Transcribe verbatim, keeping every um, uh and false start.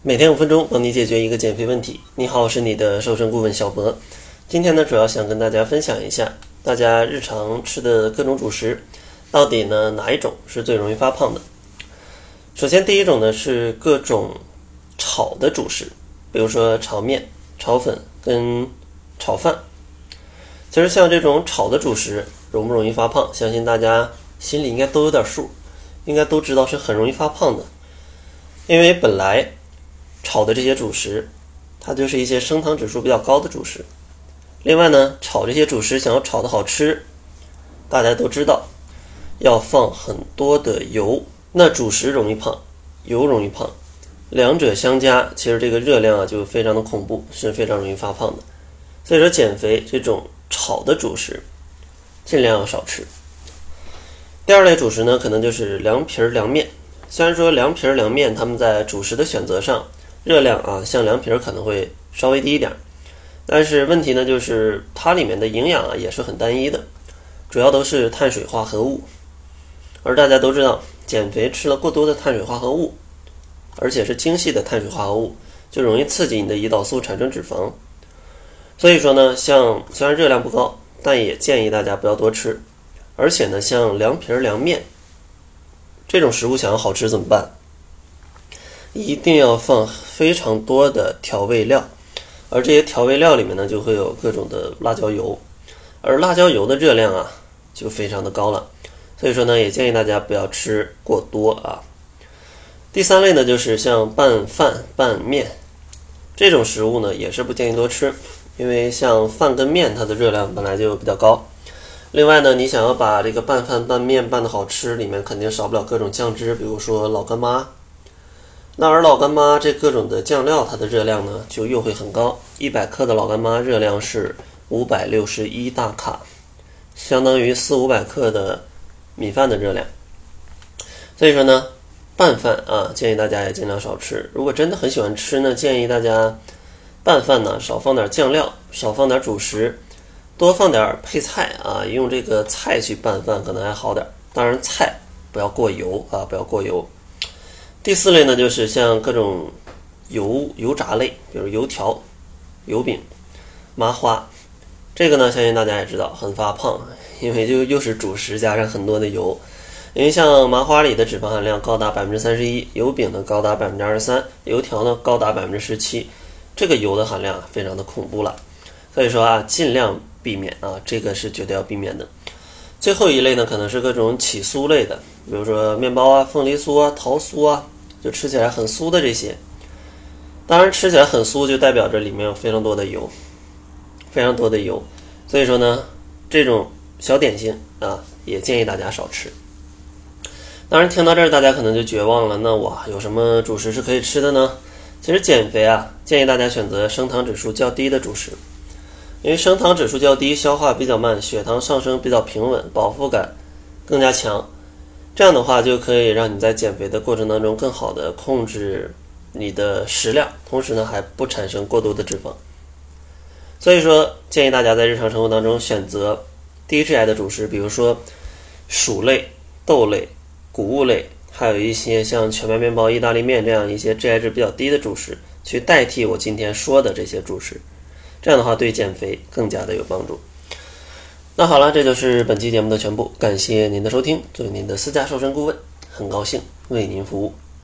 每天五分钟，帮你解决一个减肥问题。你好，我是你的瘦身顾问小博。今天呢，主要想跟大家分享一下，大家日常吃的各种主食，到底呢哪一种是最容易发胖的？首先，第一种呢是各种炒的主食，比如说炒面、炒粉跟炒饭。其实像这种炒的主食容不容易发胖，相信大家心里应该都有点数，应该都知道是很容易发胖的。因为本来炒的这些主食，它就是一些升糖指数比较高的主食。另外呢，炒这些主食想要炒得好吃，大家都知道要放很多的油。那主食容易胖，油容易胖，两者相加，其实这个热量啊就非常的恐怖，是非常容易发胖的。所以说减肥这种炒的主食尽量要少吃。第二类主食呢，可能就是凉皮凉面。虽然说凉皮凉面他们在主食的选择上热量啊，像凉皮可能会稍微低一点，但是问题呢就是它里面的营养啊也是很单一的，主要都是碳水化合物。而大家都知道，减肥吃了过多的碳水化合物，而且是精细的碳水化合物，就容易刺激你的胰岛素产生脂肪。所以说呢，像虽然热量不高，但也建议大家不要多吃。而且呢，像凉皮凉面这种食物想要好吃怎么办？一定要放非常多的调味料，而这些调味料里面呢，就会有各种的辣椒油，而辣椒油的热量啊，就非常的高了。所以说呢，也建议大家不要吃过多啊。第三类呢，就是像拌饭、拌面这种食物呢，也是不建议多吃，因为像饭跟面它的热量本来就比较高。另外呢，你想要把这个拌饭拌面拌得好吃，里面肯定少不了各种酱汁，比如说老干妈。那而老干妈这各种的酱料，它的热量呢就又会很高，一百克的老干妈热量是五百六十一大卡，相当于四五百克的米饭的热量。所以说呢，拌饭啊，建议大家也尽量少吃。如果真的很喜欢吃呢，建议大家拌饭呢少放点酱料，少放点主食，多放点配菜啊，用这个菜去拌饭可能还好点。当然菜不要过油啊，不要过油。第四类呢，就是像各种油油炸类，比如油条、油饼、麻花。这个呢，相信大家也知道很发胖，因为就又是主食加上很多的油。因为像麻花里的脂肪含量高达 百分之三十一， 油饼呢高达 百分之二十三， 油条呢高达 百分之十七， 这个油的含量非常的恐怖了。所以说啊，尽量避免啊，这个是绝对要避免的。最后一类呢，可能是各种起酥类的，比如说面包啊、凤梨酥啊、桃酥啊，就吃起来很酥的这些。当然吃起来很酥就代表着里面有非常多的油，非常多的油。所以说呢，这种小点心啊，也建议大家少吃。当然听到这儿大家可能就绝望了，那我有什么主食是可以吃的呢？其实减肥啊，建议大家选择升糖指数较低的主食。因为升糖指数较低，消化比较慢，血糖上升比较平稳，饱腹感更加强。这样的话就可以让你在减肥的过程当中更好的控制你的食量，同时呢还不产生过多的脂肪。所以说建议大家在日常生活当中选择低 G I 的主食，比如说薯类、豆类、谷物类，还有一些像全麦面包、意大利面这样一些 G I 值比较低的主食，去代替我今天说的这些主食。这样的话对减肥更加的有帮助。那好了，这就是本期节目的全部，感谢您的收听。作为您的私家瘦身顾问，很高兴为您服务。